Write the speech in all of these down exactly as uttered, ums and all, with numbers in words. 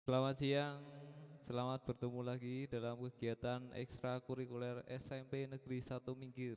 Selamat siang, selamat bertemu lagi dalam kegiatan ekstrakurikuler S M P Negeri satu Minggir.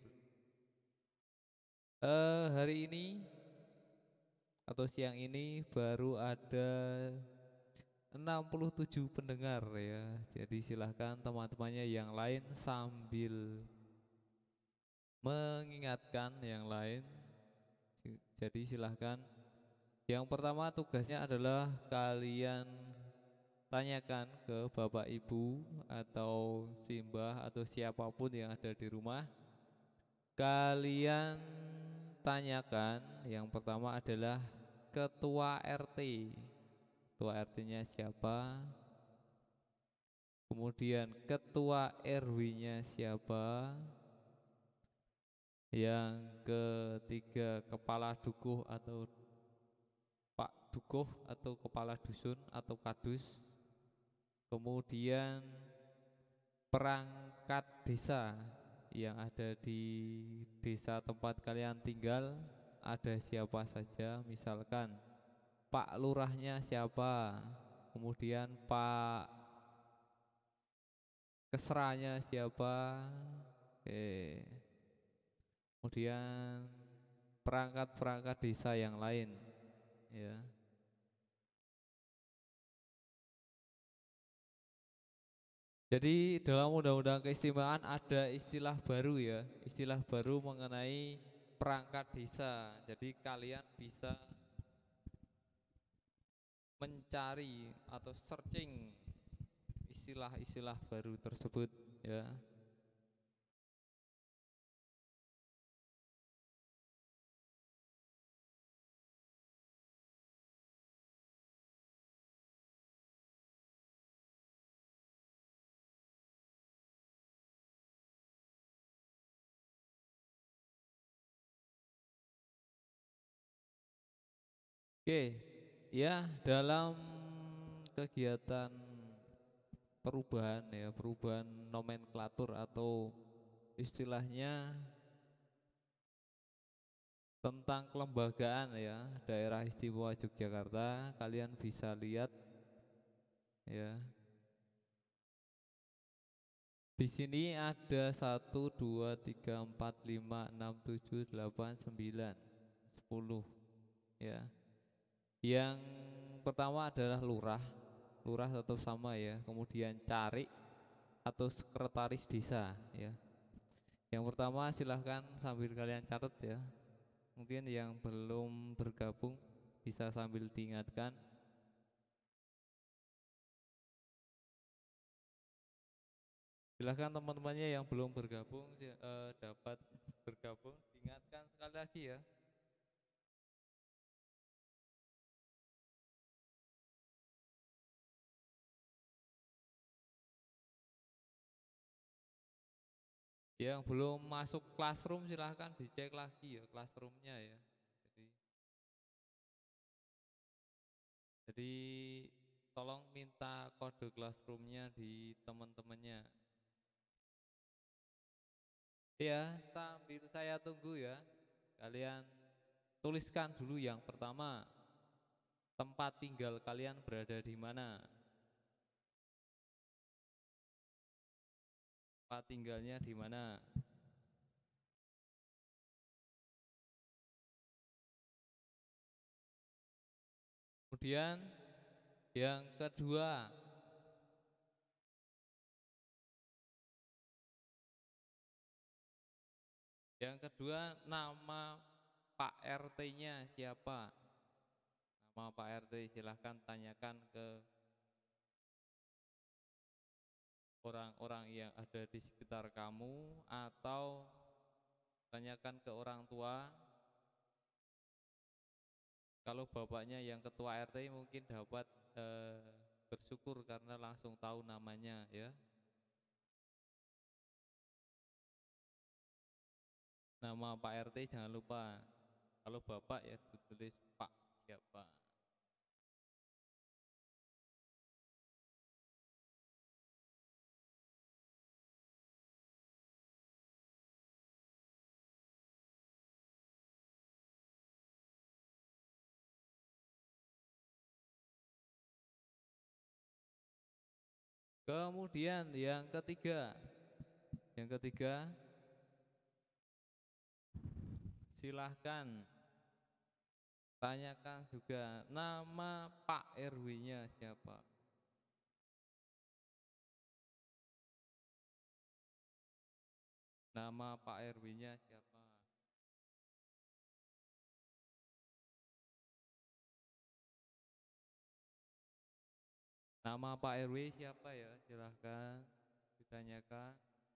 Eh, hari ini atau siang ini baru ada enam puluh tujuh pendengar ya. Jadi silahkan teman-temannya yang lain sambil mengingatkan yang lain. Jadi silahkan. Yang pertama tugasnya adalah kalian tanyakan ke bapak ibu atau simbah atau siapapun yang ada di rumah. Kalian tanyakan yang pertama adalah ketua R T. Ketua R T-nya siapa? Kemudian ketua R W-nya siapa? Yang ketiga kepala dukuh atau Pak Dukuh atau kepala dusun atau kadus. Kemudian perangkat desa yang ada di desa tempat kalian tinggal ada siapa saja, misalkan Pak Lurahnya siapa, kemudian Pak Kesranya siapa, oke. Kemudian perangkat-perangkat desa yang lain ya. Jadi dalam undang-undang keistimewaan ada istilah baru ya, istilah baru mengenai perangkat desa. Jadi kalian bisa mencari atau searching istilah-istilah baru tersebut ya. Oke, ya dalam kegiatan perubahan ya, perubahan nomenklatur atau istilahnya tentang kelembagaan ya, Daerah Istimewa Yogyakarta, kalian bisa lihat ya. Di sini ada satu, dua, tiga, empat, lima, enam, tujuh, delapan, sembilan, sepuluh ya. Yang pertama adalah lurah, lurah tetap sama ya. Kemudian cari atau sekretaris desa ya. Yang pertama silahkan sambil kalian catat ya. Mungkin yang belum bergabung bisa sambil diingatkan. Silahkan teman-temannya yang belum bergabung eh, dapat bergabung. Diingatkan sekali lagi ya. Yang belum masuk classroom silahkan dicek lagi ya classroomnya ya. Jadi, jadi tolong minta kode classroomnya di teman-temannya. Ya, sambil saya tunggu ya. Kalian tuliskan dulu yang pertama. Tempat tinggal kalian berada di mana? Tempat tinggalnya di mana? Kemudian yang kedua, yang kedua nama Pak R T-nya siapa? Nama Pak R T silahkan tanyakan ke orang-orang yang ada di sekitar kamu atau tanyakan ke orang tua. Kalau bapaknya yang ketua R T mungkin dapat eh, bersyukur karena langsung tahu namanya ya. Nama Pak R T jangan lupa. Kalau bapak ya ditulis Pak siapa. Kemudian yang ketiga, yang ketiga silahkan tanyakan juga nama Pak R W-nya siapa. Nama Pak R W-nya siapa? Nama Pak R W siapa ya? Silahkan ditanyakan.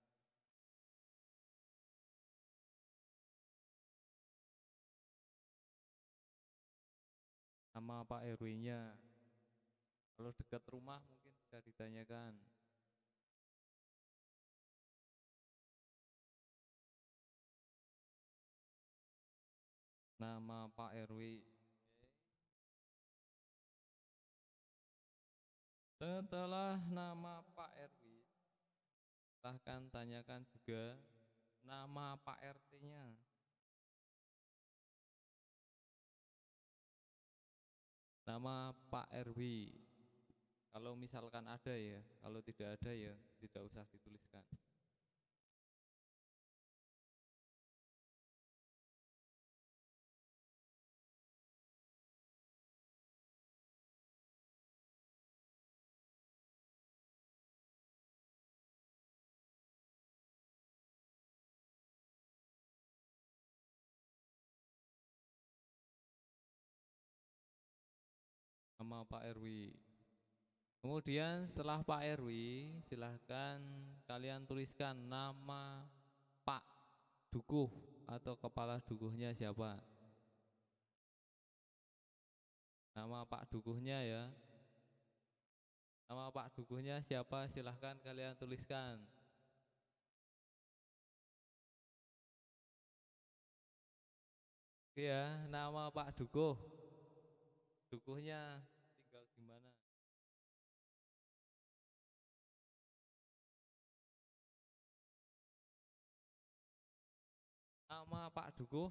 Nama Pak R W-nya. Kalau dekat rumah mungkin bisa ditanyakan. Nama Pak R W. Setelah nama Pak R W, silahkan tanyakan juga nama Pak R T-nya. Nama Pak R W. Kalau misalkan ada ya, kalau tidak ada ya tidak usah dituliskan. Nama Pak R W. Kemudian setelah Pak R W, silahkan kalian tuliskan nama Pak Dukuh atau kepala dukuhnya siapa. Nama Pak Dukuhnya ya. Nama Pak Dukuhnya siapa, silahkan kalian tuliskan. Ya, nama Pak Dukuh. Dukuhnya tinggal di mana? Nama Pak Dukuh.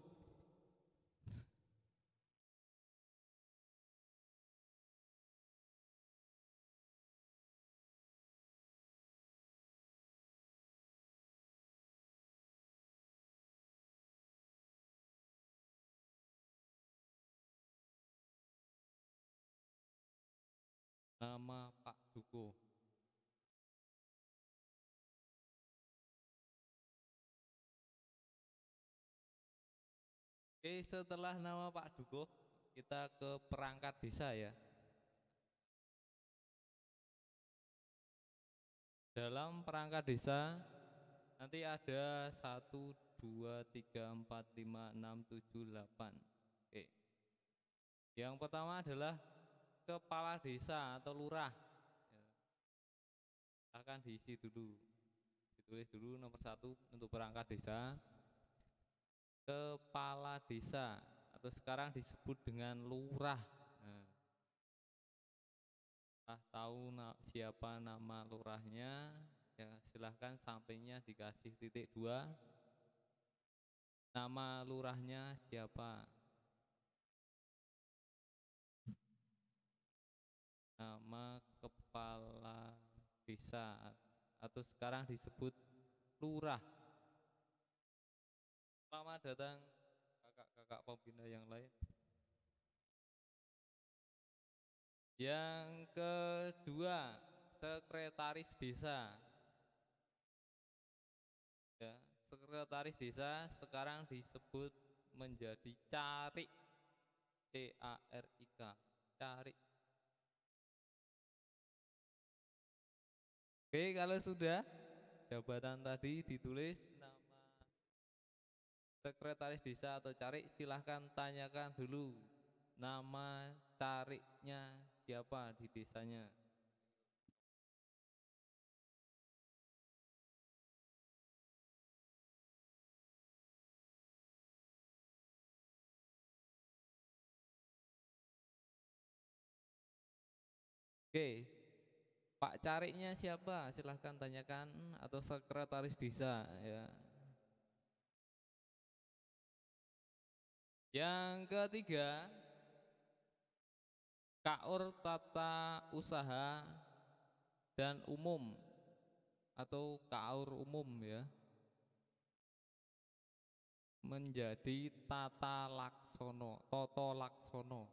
Nama Pak Dukuh. Oke, setelah nama Pak Dukuh, kita ke perangkat desa ya. Dalam perangkat desa nanti ada satu, dua, tiga, empat, lima, enam, tujuh, delapan. Oke. Yang pertama adalah kepala desa atau lurah. Akan diisi dulu. Ditulis dulu nomor satu untuk perangkat desa. Kepala desa atau sekarang disebut dengan lurah. Nah, tahu na siapa nama lurahnya, ya silahkan sampingnya dikasih titik dua. Nama lurahnya siapa? Nama kepala desa atau sekarang disebut lurah. Selamat datang kakak-kakak pembina yang lain. Yang kedua, sekretaris desa. Ya, sekretaris desa sekarang disebut menjadi carik. C A R I K. Carik. Oke, kalau sudah jabatan tadi ditulis nama sekretaris desa atau carik, silahkan tanyakan dulu nama cariknya siapa di desanya. Oke, Pak cariknya siapa? Silahkan tanyakan atau sekretaris desa ya. Yang ketiga, Kaur tata usaha dan umum atau kaur umum ya, menjadi tata laksono, toto laksono.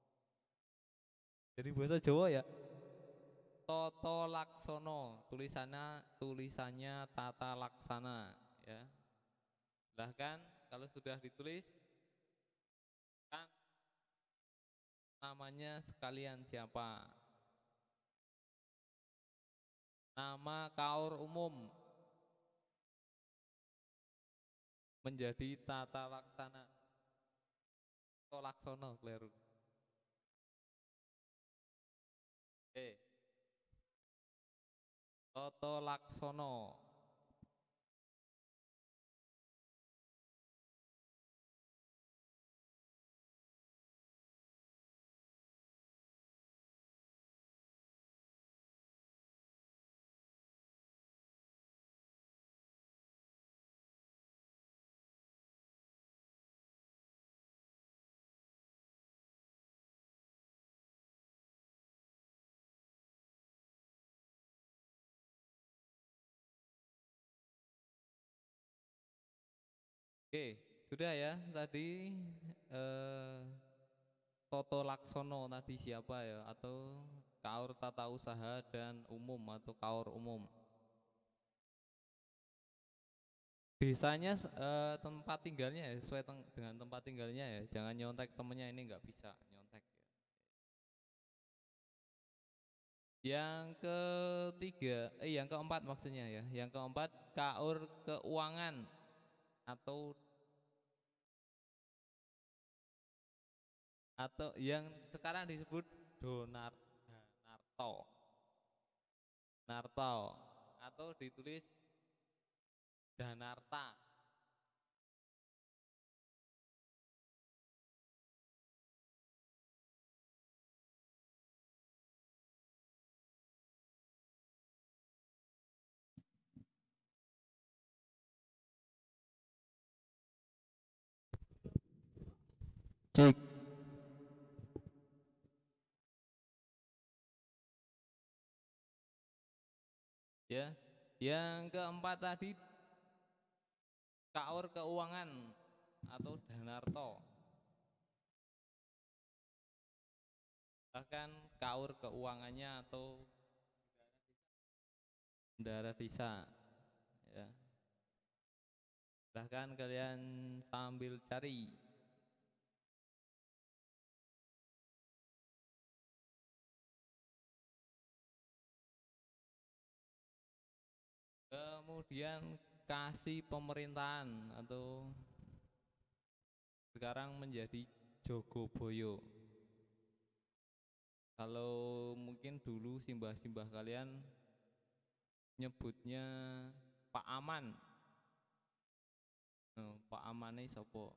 Jadi bahasa Jawa ya, toto laksono, tulisannya tulisannya tata laksana ya. Bahkan kalau sudah ditulis kan namanya sekalian siapa? Nama kaur umum menjadi tata laksana. Toto laksono, kleru. Oke. Toto laksono. Oke, sudah ya tadi eh, Toto Laksono tadi siapa ya, atau kaur tata usaha dan umum atau kaur umum. Desanya eh, tempat tinggalnya ya, sesuai teng dengan tempat tinggalnya ya, jangan nyontek temennya, ini nggak bisa nyontek ya. Yang ketiga, eh yang keempat maksudnya ya, yang keempat kaur keuangan atau atau yang sekarang disebut donar narto narto atau ditulis danarta. Cek. Ya, yang keempat tadi kaur keuangan atau danarto, bahkan kaur keuangannya atau bendara desa ya. Bahkan kalian sambil cari. Kemudian kasih pemerintahan atau sekarang menjadi Jogoboyo. Kalau mungkin dulu simbah-simbah kalian nyebutnya Pak Aman. Oh, Pak Aman ini sopo?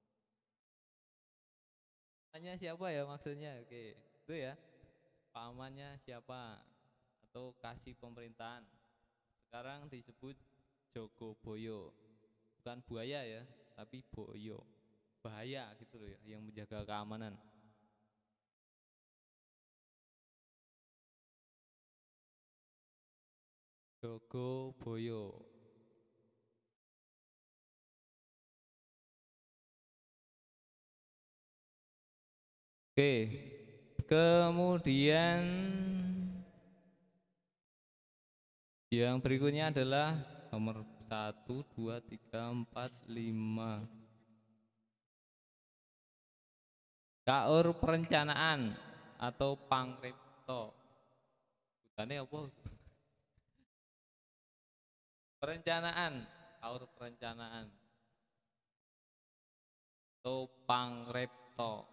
Tanya siapa ya maksudnya? Oke, itu ya. Pak Amannya siapa? Atau kasih pemerintahan. Sekarang disebut Jogoboyo. Bukan buaya ya, tapi boyo. Bahaya gitu loh ya, yang menjaga keamanan. Jogoboyo. Oke, kemudian yang berikutnya adalah nomor satu, dua, tiga, empat, lima. Kaur perencanaan atau pangripto. Bukannya apa? Perencanaan, kaur perencanaan atau pangripto.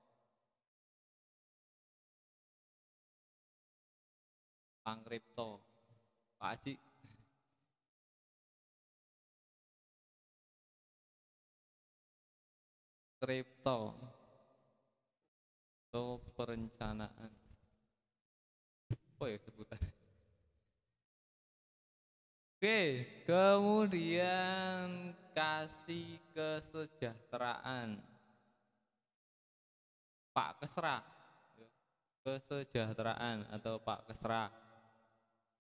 Pangripto. Pak Haji. Kripto atau perencanaan. Oh ya sebutan. Oke, kemudian kasih kesejahteraan. Pak Kesra. Kesejahteraan atau Pak Kesra.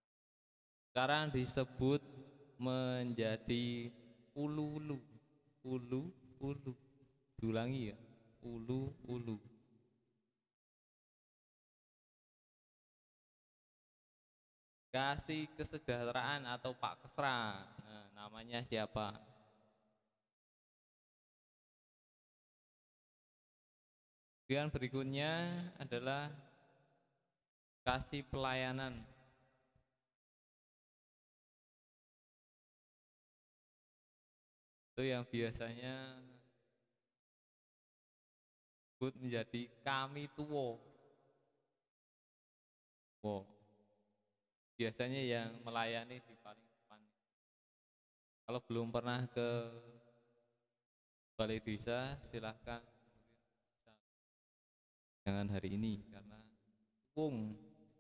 sekarang disebut menjadi ulu-ulu. Ulu-ulu. Diulangi ya. Ulu-ulu. Kasih Kesejahteraan atau Pak Kesra. Nah, namanya siapa? Kemudian berikutnya adalah Kasih Pelayanan. Itu yang biasanya disebut menjadi Kami Tuwo. Wow. Biasanya yang melayani di paling depan. Kalau belum pernah ke balai desa, silahkan. Jangan hari ini karena wung.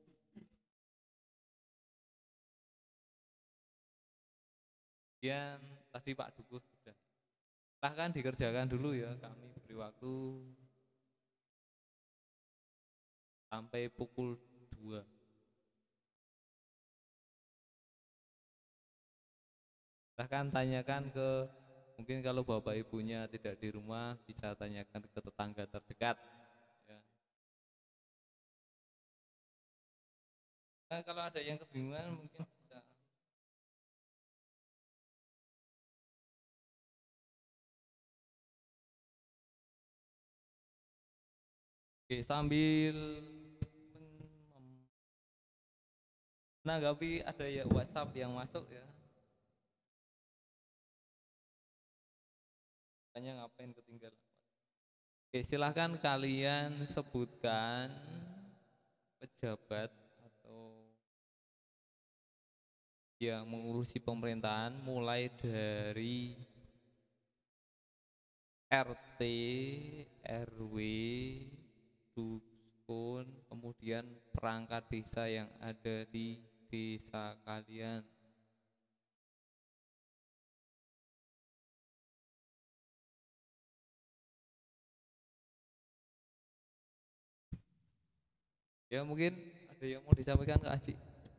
Kemudian tadi Pak Dukuh sudah. Silahkan dikerjakan dulu ya, kami beri waktu sampai pukul dua. Silahkan tanyakan ke, mungkin kalau bapak ibunya tidak di rumah bisa tanyakan ke tetangga terdekat ya. Nah, kalau ada yang kebingungan mungkin bisa. Oke, sambil menanggapi ada ya WhatsApp yang masuk ya. Tanya ngapain ketinggalan. Oke, silahkan kalian sebutkan pejabat atau yang mengurusi pemerintahan mulai dari R T, R W, Dukun, kemudian perangkat desa yang ada di desa kalian. Ya mungkin ada yang mau disampaikan ke Aji.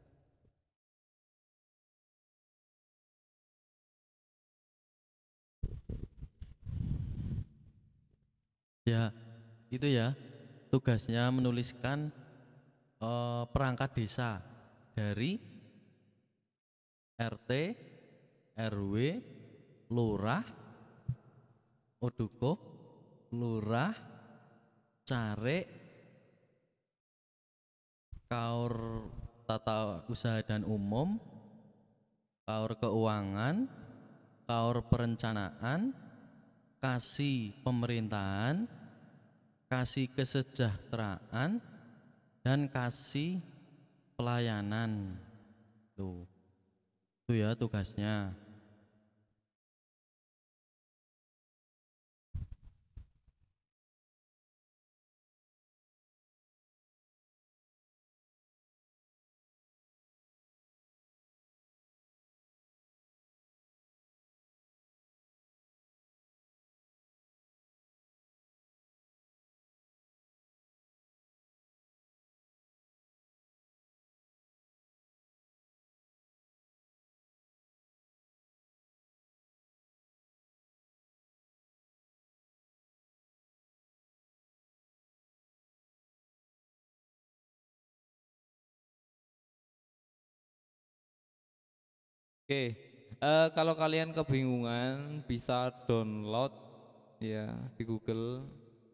Ya, itu ya. Tugasnya menuliskan eh, perangkat desa dari R T, R W, lurah, oduko, lurah, carik, kaur tata usaha dan umum, kaur keuangan, kaur perencanaan, kasih pemerintahan, kasih kesejahteraan, dan kasih pelayanan. Tuh, itu ya tugasnya. Oke, eh, kalau kalian kebingungan bisa download ya di Google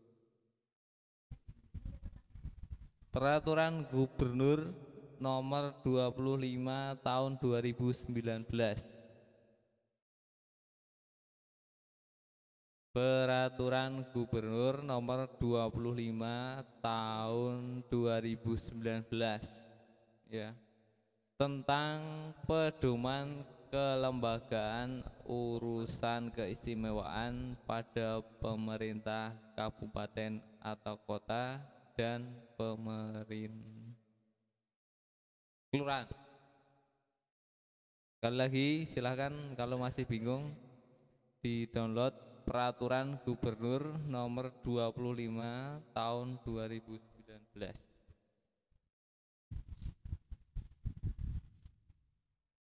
Peraturan Gubernur nomor dua puluh lima tahun dua ribu sembilan belas. Peraturan Gubernur nomor dua puluh lima tahun dua ribu sembilan belas ya. Tentang pedoman kelembagaan urusan keistimewaan pada pemerintah kabupaten atau kota dan pemerintah kelurahan. Sekali lagi silahkan kalau masih bingung di download Peraturan Gubernur nomor dua puluh lima tahun dua ribu sembilan belas.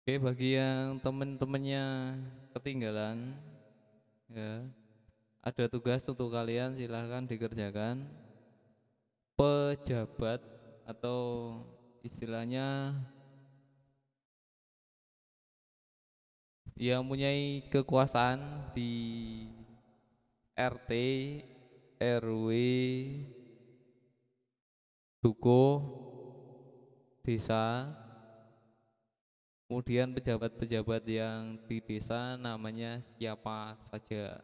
Oke, bagi yang temen-temennya ketinggalan, ya, ada tugas untuk kalian, silahkan dikerjakan. Pejabat atau istilahnya yang mempunyai kekuasaan di R T, R W, dukuh, desa, kemudian pejabat-pejabat yang di desa namanya siapa saja.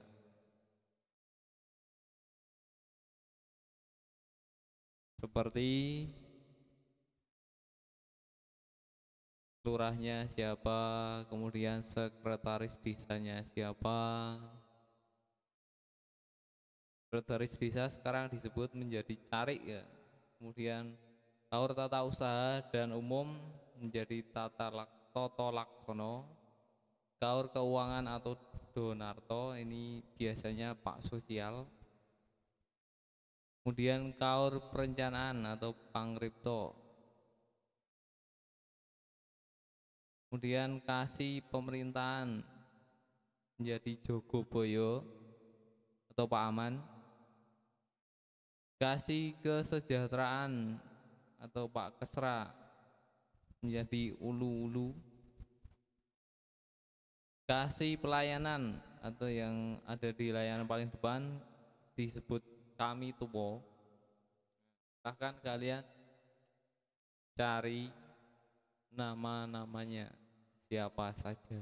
Seperti lurahnya siapa, kemudian sekretaris desanya siapa. Sekretaris desa sekarang disebut menjadi carik ya. Kemudian kaur tata usaha dan umum menjadi tata lak, toto laksono. Kaur keuangan atau donarto ini biasanya Pak Sosial. Kemudian kaur perencanaan atau pangripto. Kemudian kasih pemerintahan menjadi Jogoboyo atau Pak Aman. Kasih kesejahteraan atau Pak Kesra menjadi Ulu-Ulu. Kasih pelayanan atau yang ada di layanan paling depan disebut Kami Tupo. Bahkan kalian cari nama-namanya siapa saja.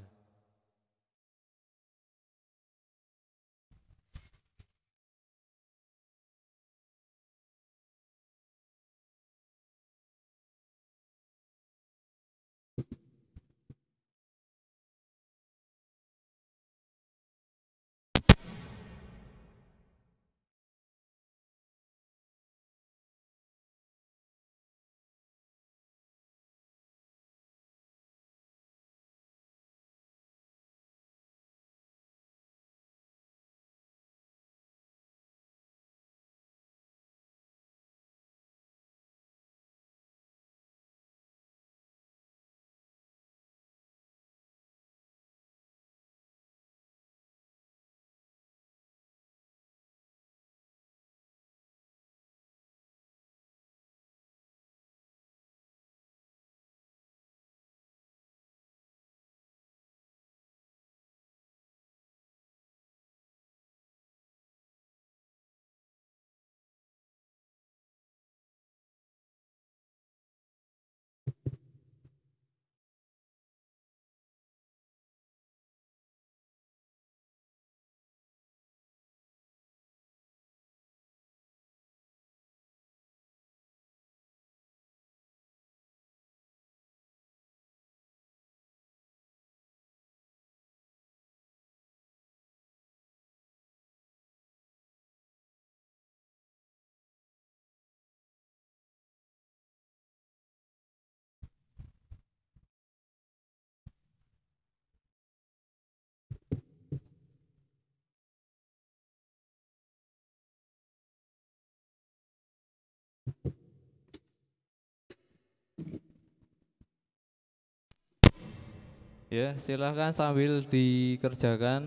Ya, silahkan sambil dikerjakan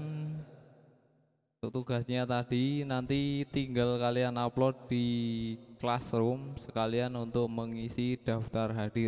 untuk tugasnya tadi. Nanti tinggal kalian upload di Classroom sekalian untuk mengisi daftar hadir.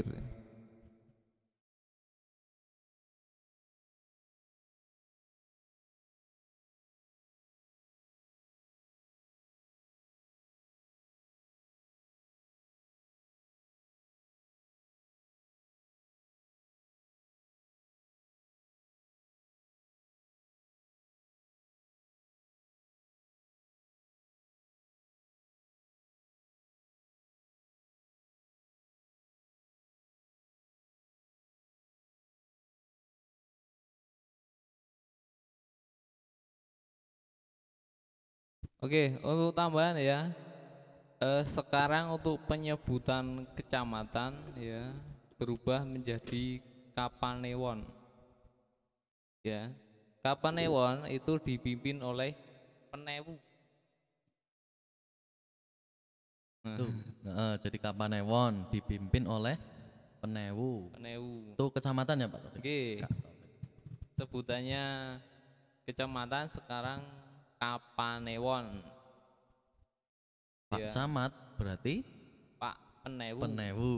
Oke, untuk tambahan ya. Eh, sekarang untuk penyebutan kecamatan ya berubah menjadi Kapanewon. Ya. Kapanewon itu dipimpin oleh Penewu. Tuh, nah, jadi Kapanewon dipimpin oleh Penewu. Penewu. Itu kecamatan ya Pak Taufik? Nggih. Kak. Sebutannya kecamatan sekarang Kapanewon. Pak Ya, Camat berarti Pak Penewu, Penewu.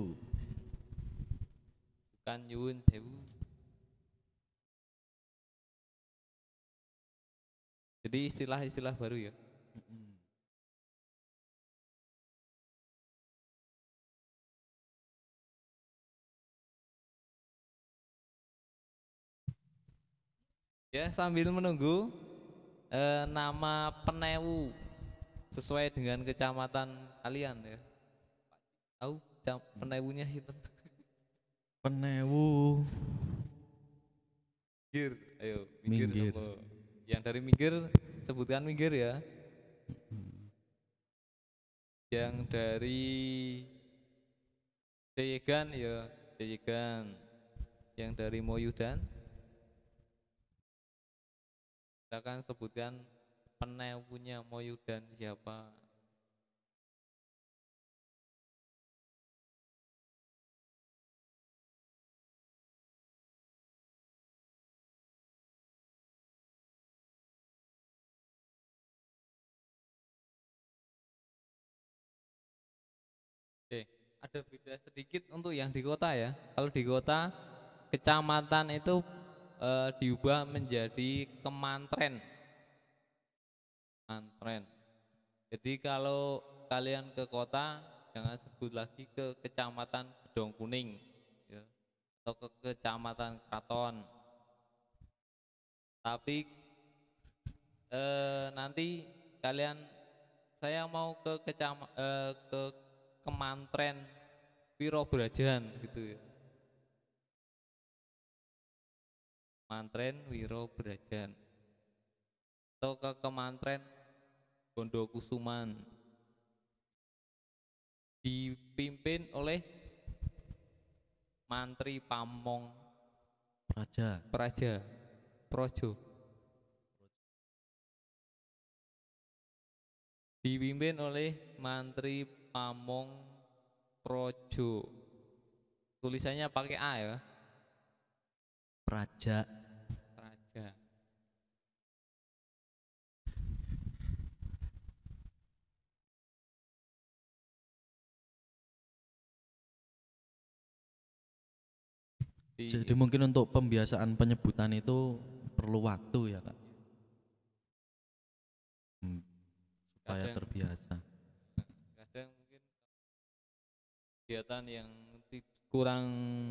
bukan Nyuwun Sewu. Jadi istilah-istilah baru ya. Ya, sambil menunggu eh, nama Penewu sesuai dengan kecamatan kalian ya. Tahu cam Penewunya itu? Penewu. Minggir, ayo minggir. Minggir. Sopo. Yang dari minggir sebutkan minggir ya. Yang dari Ceyegan ya Ceyegan. Yang dari Moyudan silakan sebutkan penewunya Moyudan siapa. Oke, ada beda sedikit untuk yang di kota ya. Kalau di kota kecamatan itu e, diubah menjadi kemantren. Kemantren. Jadi kalau kalian ke kota jangan sebut lagi ke kecamatan Gedong Kuning ya, atau ke kecamatan Kraton. Tapi e, nanti kalian saya mau ke kecam e, ke Kemantren Wirobrajan gitu ya. Kemantren Wirobrajan atau ke Kemantren Bondokusuman dipimpin oleh Mantri Pamong Praja. Praja Projo, dipimpin oleh Mantri Pamong Projo. Tulisannya pakai A ya. Praja. Praja. Di, Jadi mungkin untuk pembiasaan penyebutan itu perlu waktu ya Kak. Hmm, supaya kadang, terbiasa. kadang mungkin kegiatan yang kurang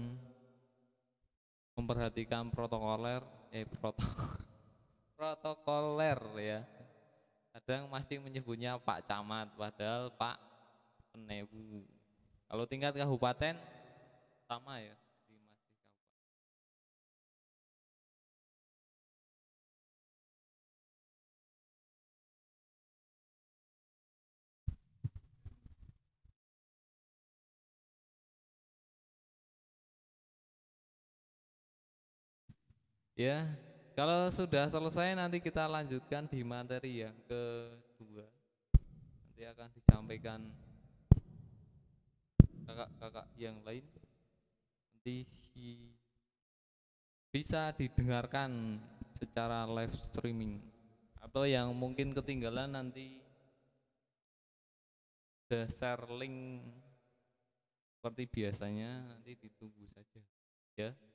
memperhatikan protokoler eh protokol protokoler ya. Kadang masih menyebutnya Pak Camat padahal Pak Penewu. Kalau tingkat kabupaten sama ya. Ya, kalau sudah selesai nanti kita lanjutkan di materi yang kedua. Nanti akan disampaikan kakak-kakak yang lain. Nanti bisa didengarkan secara live streaming atau yang mungkin ketinggalan nanti ada share link seperti biasanya, nanti ditunggu saja ya.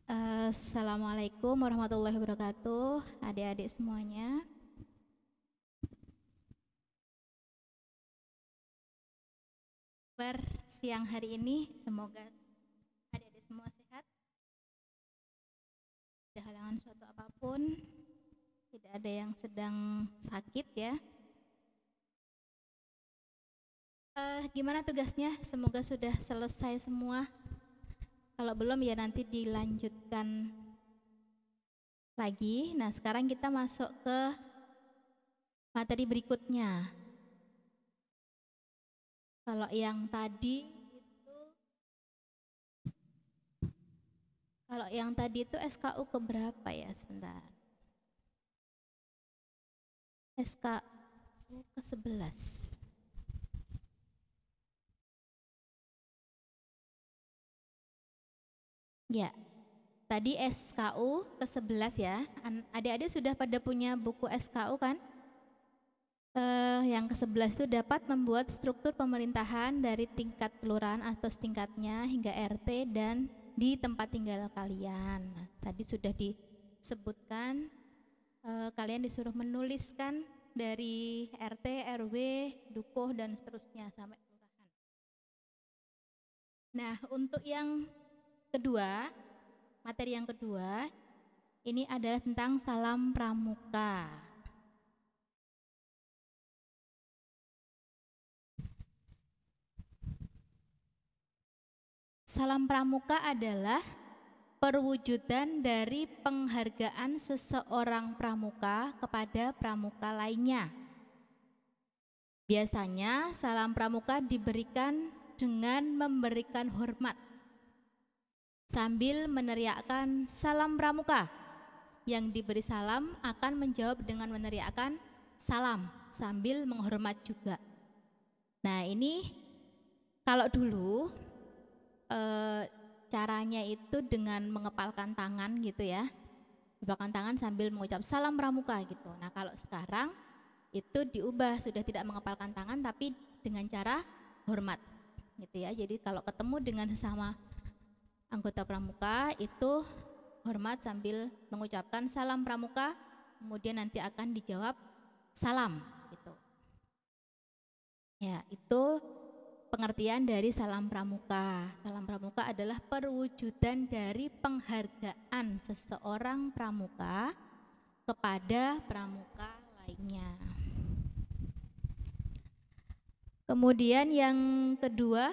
Assalamualaikum warahmatullahi wabarakatuh, adik-adik semuanya. Kabar siang hari ini, semoga adik-adik semua sehat, tidak ada halangan suatu apapun, tidak ada yang sedang sakit ya. Uh, gimana tugasnya? Semoga sudah selesai semua. Kalau belum ya nanti dilanjutkan lagi. Nah, sekarang kita masuk ke materi berikutnya. Kalau yang tadi itu Kalau yang tadi itu S K U keberapa ya? Sebentar. S K U ke sebelas. Ya, tadi S K U ke sebelas ya. Adik-adik sudah pada punya buku S K U kan? Eh, yang ke sebelas itu dapat membuat struktur pemerintahan dari tingkat kelurahan atau setingkatnya hingga R T dan di tempat tinggal kalian. Nah, tadi sudah disebutkan, eh, kalian disuruh menuliskan dari R T, R W, dukuh dan seterusnya sampai kelurahan. Nah, untuk yang kedua, materi yang kedua, ini adalah tentang salam pramuka. Salam pramuka adalah perwujudan dari penghargaan seseorang pramuka kepada pramuka lainnya. Biasanya salam pramuka diberikan dengan memberikan hormat sambil meneriakkan salam pramuka. Yang diberi salam akan menjawab dengan meneriakkan salam sambil menghormat juga. Nah, ini kalau dulu e, caranya itu dengan mengepalkan tangan gitu ya. Mengepalkan tangan sambil mengucap salam pramuka gitu. Nah, kalau sekarang itu diubah, sudah tidak mengepalkan tangan tapi dengan cara hormat gitu ya. Jadi kalau ketemu dengan sesama anggota pramuka itu hormat sambil mengucapkan salam pramuka, kemudian nanti akan dijawab salam gitu. Ya, itu pengertian dari salam pramuka. Salam pramuka adalah perwujudan dari penghargaan seseorang pramuka kepada pramuka lainnya. Kemudian yang kedua,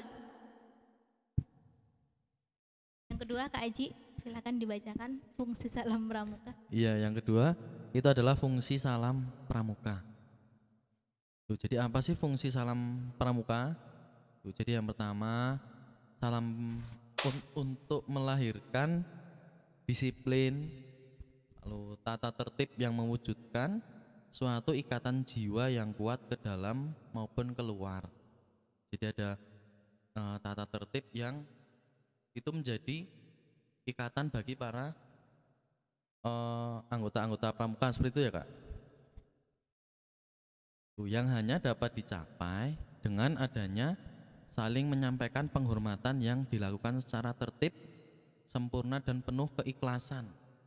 Yang kedua Kak Aji, silakan dibacakan fungsi salam pramuka. Iya, yang kedua itu adalah fungsi salam pramuka. Tuh, jadi apa sih fungsi salam pramuka? Tuh, jadi yang pertama, salam un untuk melahirkan disiplin, lalu tata tertib yang mewujudkan suatu ikatan jiwa yang kuat ke dalam maupun keluar. Jadi ada uh, tata tertib yang itu menjadi ikatan bagi para uh, anggota-anggota pramuka, seperti itu ya Kak. Tuh, yang hanya dapat dicapai dengan adanya saling menyampaikan penghormatan yang dilakukan secara tertib, sempurna dan penuh keikhlasan.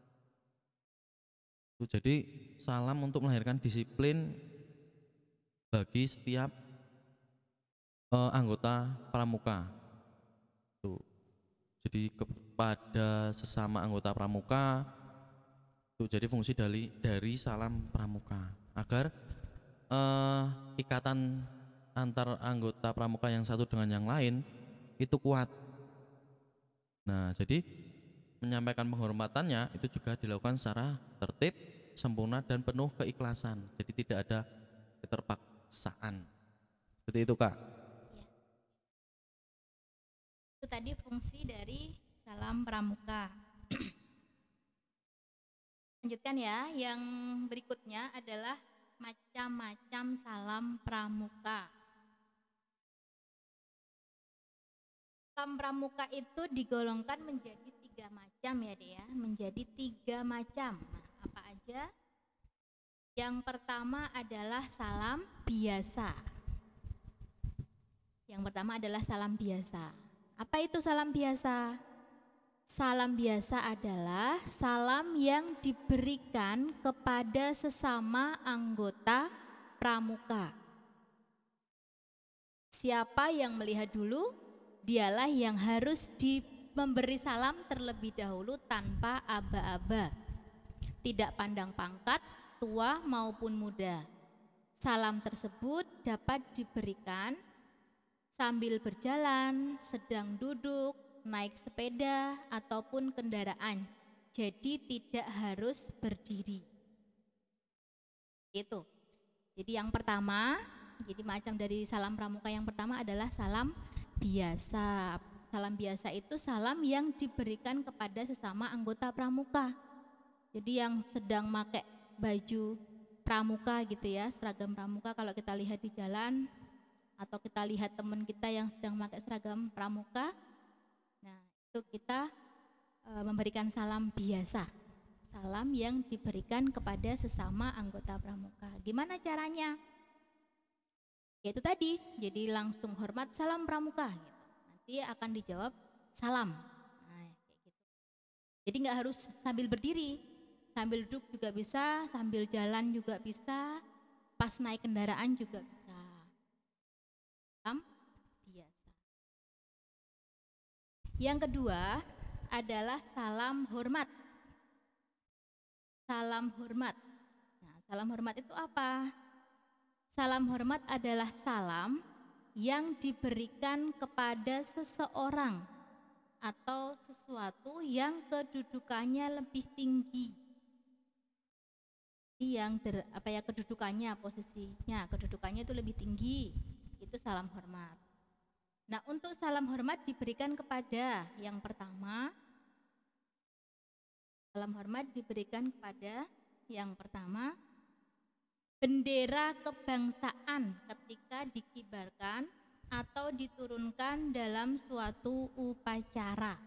Tuh, jadi salam untuk melahirkan disiplin bagi setiap uh, anggota pramuka. Tuh. Jadi kepada sesama anggota pramuka itu jadi fungsi dari dari salam pramuka agar eh, ikatan antar anggota pramuka yang satu dengan yang lain itu kuat. Nah, jadi menyampaikan penghormatannya itu juga dilakukan secara tertib, sempurna dan penuh keikhlasan. Jadi tidak ada keterpaksaan. Seperti itu Kak. Itu tadi fungsi dari salam pramuka. Lanjutkan ya, yang berikutnya adalah macam-macam salam pramuka. Salam pramuka itu digolongkan menjadi tiga macam ya deh ya, menjadi tiga macam. Nah, apa aja? Yang pertama adalah salam biasa. Yang pertama adalah salam biasa. Apa itu salam biasa? Salam biasa adalah salam yang diberikan kepada sesama anggota pramuka. Siapa yang melihat dulu, dialah yang harus di, memberi salam terlebih dahulu tanpa aba-aba. Tidak pandang pangkat, tua maupun muda. Salam tersebut dapat diberikan sambil berjalan, sedang duduk, naik sepeda, ataupun kendaraan. Jadi tidak harus berdiri. Itu. Jadi yang pertama, jadi macam dari salam pramuka yang pertama adalah salam biasa. Salam biasa itu salam yang diberikan kepada sesama anggota pramuka. Jadi yang sedang pakai baju pramuka gitu ya, seragam pramuka, kalau kita lihat di jalan atau kita lihat teman kita yang sedang pakai seragam pramuka, nah itu kita e, memberikan salam biasa, salam yang diberikan kepada sesama anggota pramuka. Gimana caranya? Yaitu tadi, jadi langsung hormat salam pramuka gitu. Nanti akan dijawab salam. Nah, kayak gitu. Jadi nggak harus sambil berdiri, sambil duduk juga bisa, sambil jalan juga bisa, pas naik kendaraan juga bisa. Salam biasa. Yang kedua adalah salam hormat. Salam hormat. Nah, salam hormat itu apa? Salam hormat adalah salam yang diberikan kepada seseorang atau sesuatu yang kedudukannya lebih tinggi. Yang ter, apa ya kedudukannya, posisinya, kedudukannya itu lebih tinggi, itu salam hormat. Nah, untuk salam hormat diberikan kepada yang pertama, salam hormat diberikan kepada yang pertama bendera kebangsaan ketika dikibarkan atau diturunkan dalam suatu upacara.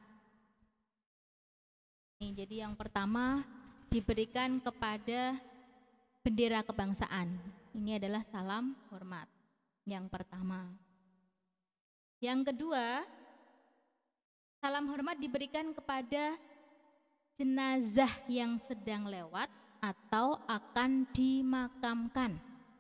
Ini jadi yang pertama diberikan kepada bendera kebangsaan. Ini adalah salam hormat yang pertama. Yang kedua, salam hormat diberikan kepada jenazah yang sedang lewat atau akan dimakamkan.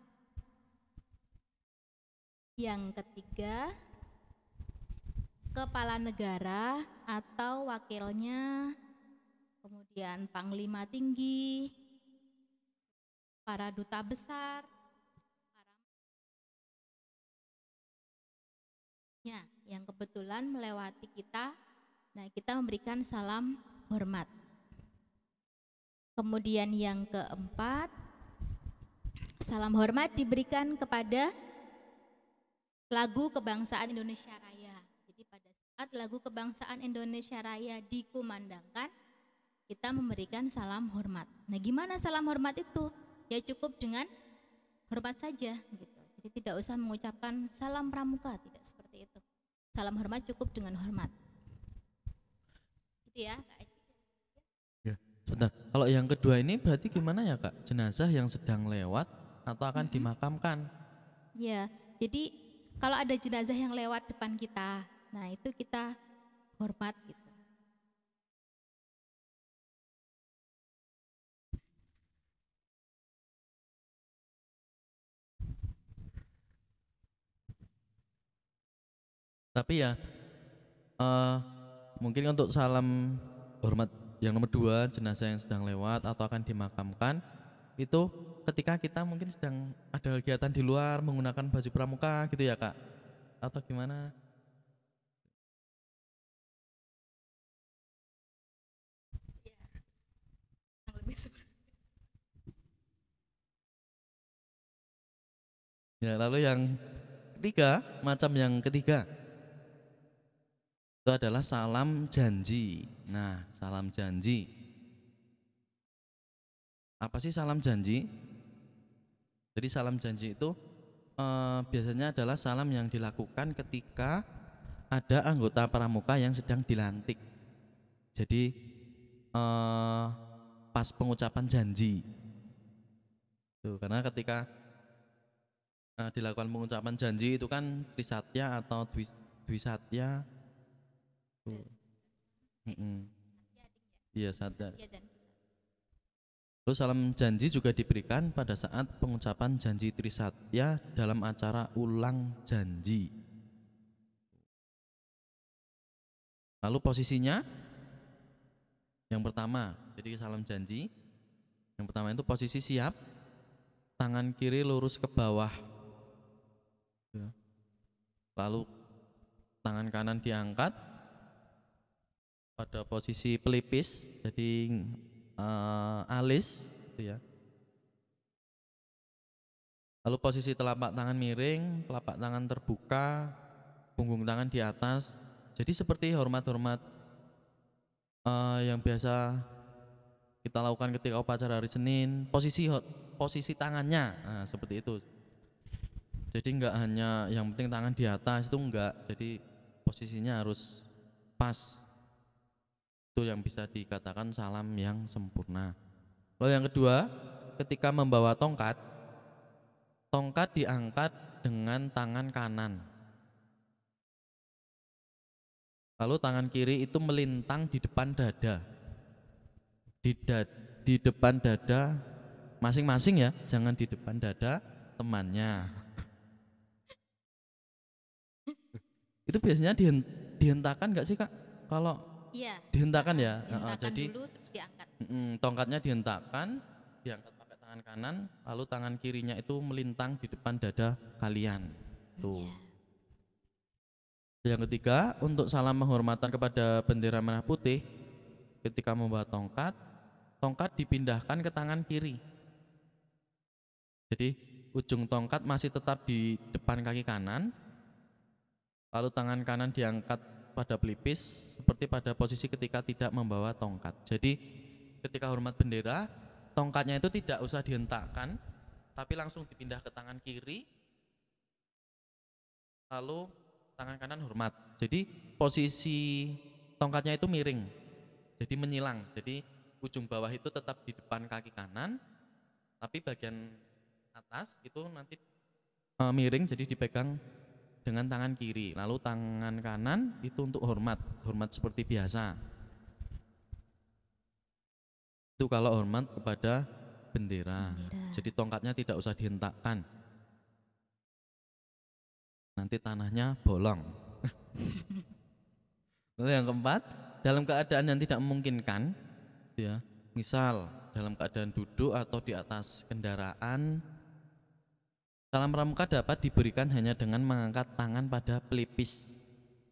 Yang ketiga, kepala negara atau wakilnya, kemudian panglima tinggi, para duta besar, para ya, yang kebetulan melewati kita, nah kita memberikan salam hormat. Kemudian yang keempat, salam hormat diberikan kepada lagu kebangsaan Indonesia Raya. Jadi pada saat lagu kebangsaan Indonesia Raya dikumandangkan, kita memberikan salam hormat. Nah, gimana salam hormat itu? Ya cukup dengan hormat saja gitu. Jadi tidak usah mengucapkan salam pramuka, tidak seperti itu. Salam hormat cukup dengan hormat. Gitu ya, Kak Aji. Ya, sebentar. Kalau yang kedua ini berarti gimana ya, Kak? Jenazah yang sedang lewat atau akan mm-hmm. dimakamkan? Ya, jadi kalau ada jenazah yang lewat depan kita, nah itu kita hormat gitu. Tapi ya uh, mungkin untuk salam hormat yang nomor dua, jenazah yang sedang lewat atau akan dimakamkan, itu ketika kita mungkin sedang ada kegiatan di luar menggunakan baju pramuka gitu ya, Kak? Atau gimana? Ya, lalu yang ketiga, macam yang ketiga itu adalah salam janji. Nah, salam janji. Apa sih salam janji? Jadi salam janji itu eh, biasanya adalah salam yang dilakukan ketika ada anggota pramuka yang sedang dilantik. Jadi eh, pas pengucapan janji. Tuh, karena ketika eh, dilakukan pengucapan janji itu kan trisatya atau dwi, dwisatya. Mm-mm. Iya, satya. Satya dan Pusat. Terus salam janji juga diberikan pada saat pengucapan janji Trisatya dalam acara ulang janji. Lalu posisinya yang pertama, jadi salam janji. Yang pertama itu posisi siap, tangan kiri lurus ke bawah. Ya. Lalu tangan kanan diangkat pada posisi pelipis, jadi uh, alis, gitu ya. Lalu posisi telapak tangan miring, telapak tangan terbuka, punggung tangan di atas. Jadi seperti hormat-hormat uh, yang biasa kita lakukan ketika upacara hari Senin. Posisi posisi tangannya, nah, seperti itu. Jadi enggak hanya yang penting tangan di atas, itu enggak. Jadi posisinya harus pas. Itu yang bisa dikatakan salam yang sempurna. Lalu yang kedua, ketika membawa tongkat, tongkat diangkat dengan tangan kanan. Lalu tangan kiri itu melintang di depan dada. Di, da, di depan dada masing-masing ya, jangan di depan dada temannya. Itu biasanya dihentakkan nggak sih Kak? Kalau Iya. dihentakkan ya, Dihentakkan uh, jadi dulu terus diangkat. mm, tongkatnya dihentakkan, diangkat pakai tangan kanan, lalu tangan kirinya itu melintang di depan dada kalian. Tuh. Iya. Yang ketiga, untuk salam penghormatan kepada bendera merah putih, ketika membawa tongkat, tongkat dipindahkan ke tangan kiri. Jadi ujung tongkat masih tetap di depan kaki kanan, lalu tangan kanan diangkat pada pelipis seperti pada posisi ketika tidak membawa tongkat. Jadi ketika hormat bendera, tongkatnya itu tidak usah dihentakkan, tapi langsung dipindah ke tangan kiri, lalu tangan kanan hormat. Jadi posisi tongkatnya itu miring, jadi menyilang. Jadi ujung bawah itu tetap di depan kaki kanan, tapi bagian atas itu nanti e, miring, jadi dipegang dengan tangan kiri. Lalu tangan kanan itu untuk hormat, hormat seperti biasa. Itu kalau hormat kepada bendera. Bendera. Jadi tongkatnya tidak usah dihentakkan, nanti tanahnya bolong. Lalu yang keempat, dalam keadaan yang tidak memungkinkan, ya, misal dalam keadaan duduk atau di atas kendaraan, salam pramuka dapat diberikan hanya dengan mengangkat tangan pada pelipis.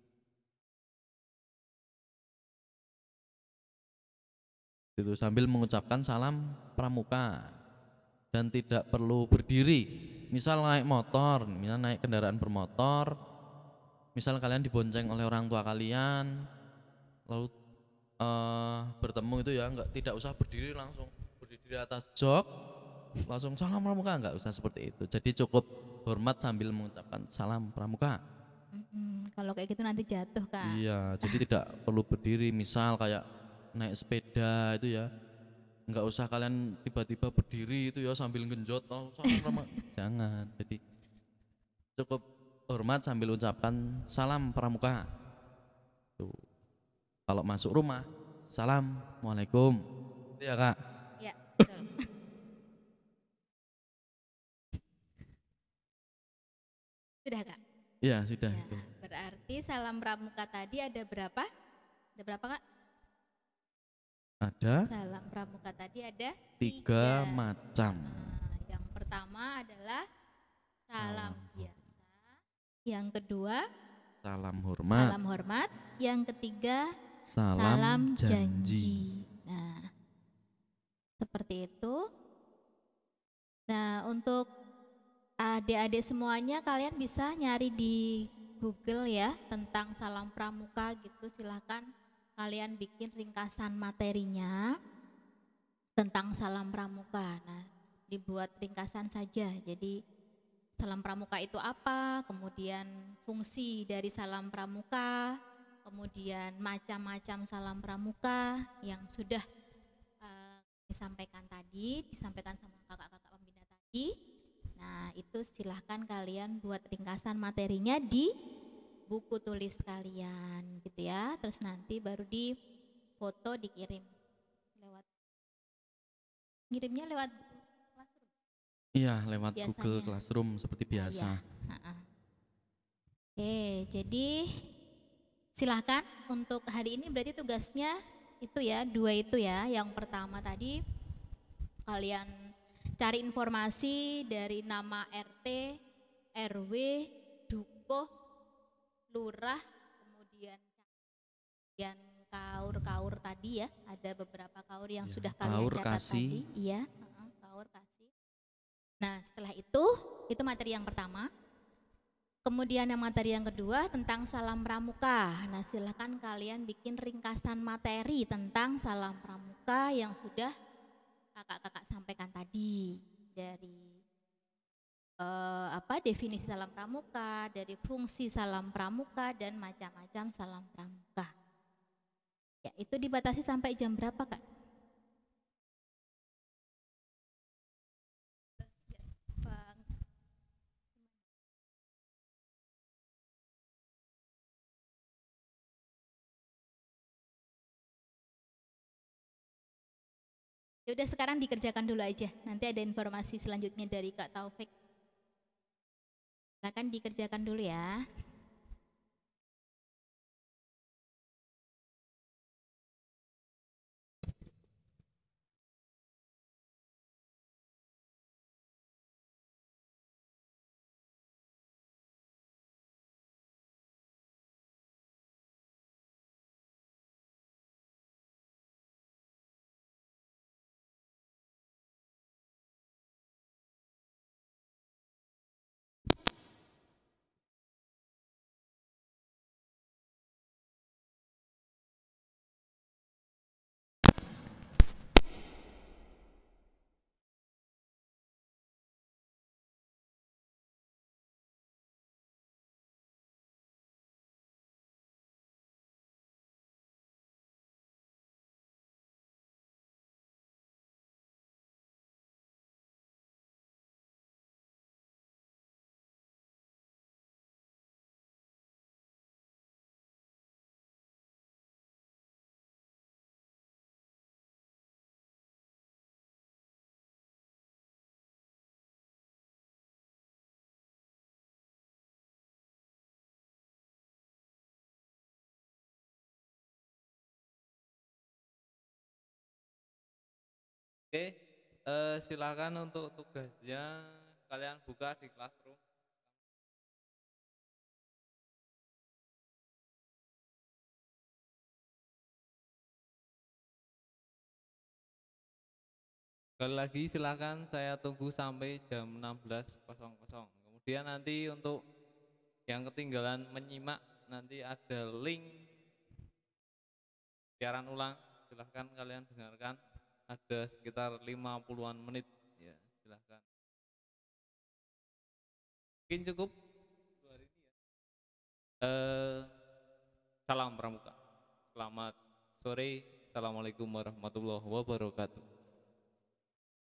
Itu sambil mengucapkan salam pramuka dan tidak perlu berdiri. Misal naik motor, misal naik kendaraan bermotor, misal kalian dibonceng oleh orang tua kalian, lalu uh, bertemu itu ya, enggak, tidak usah berdiri langsung berdiri di atas jok, langsung salam pramuka, enggak usah seperti itu. Jadi cukup hormat sambil mengucapkan salam pramuka. Mm-mm. Kalau kayak gitu nanti jatuh Kak. Iya, jadi tidak perlu berdiri. Misal kayak naik sepeda itu ya, enggak usah kalian tiba-tiba berdiri itu ya sambil genjot, oh, salam pramuka. Jangan. Jadi cukup hormat sambil ucapkan salam pramuka. Tuh. Kalau masuk rumah, assalamualaikum. Itu ya Kak. Ya, betul. Sudah Kak? Iya, sudah Ya, itu. berarti salam pramuka tadi ada berapa? Ada berapa Kak? Ada Salam pramuka tadi ada tiga macam. Nah, yang pertama adalah salam, Salam. biasa. Yang kedua Salam hormat. salam hormat. Yang ketiga Salam, salam janji. janji. Nah, seperti itu. Nah, untuk adik-adik semuanya kalian bisa nyari di Google ya tentang salam pramuka gitu. Silahkan kalian bikin ringkasan materinya tentang salam pramuka. Nah, dibuat ringkasan saja. Jadi salam pramuka itu apa, kemudian fungsi dari salam pramuka, kemudian macam-macam salam pramuka yang sudah uh, disampaikan tadi, disampaikan sama kakak-kakak pembina tadi. Nah, itu silahkan kalian buat ringkasan materinya di buku tulis kalian gitu ya. Terus nanti baru di foto dikirim lewat ngirimnya lewat Classroom Iya, lewat biasanya. Google Classroom seperti biasa. Iya. Ha-ha. Oke, jadi silahkan untuk hari ini berarti tugasnya itu ya, dua itu ya. Yang pertama tadi kalian cari informasi dari nama R T, R W, dukuh, lurah, kemudian kemudian kaur-kaur tadi ya, ada beberapa kaur yang Ya, sudah kalian kaur, catat kasih. tadi, iya, uh-uh, kaur kasih. Nah setelah itu, itu materi yang pertama. Kemudian yang materi yang kedua tentang salam pramuka. Nah silahkan kalian bikin ringkasan materi tentang salam pramuka yang sudah kakak-kakak sampaikan tadi dari eh, apa definisi salam pramuka, dari fungsi salam pramuka dan macam-macam salam pramuka. Ya, itu dibatasi sampai jam berapa, Kak? Bang. Ya udah sekarang dikerjakan dulu aja. Nanti ada informasi selanjutnya dari Kak Taufik. Silakan dikerjakan dulu ya. Oke, eh, silakan untuk tugasnya kalian buka di Classroom. Sekali lagi silakan saya tunggu sampai jam enam belas. Kemudian nanti untuk yang ketinggalan menyimak nanti ada link siaran ulang. Silahkan kalian dengarkan. Ada sekitar lima puluhan menit. Ya, silahkan. Mungkin cukup dua hari ini ya. Eh, salam pramuka. Selamat sore. Assalamualaikum warahmatullahi wabarakatuh.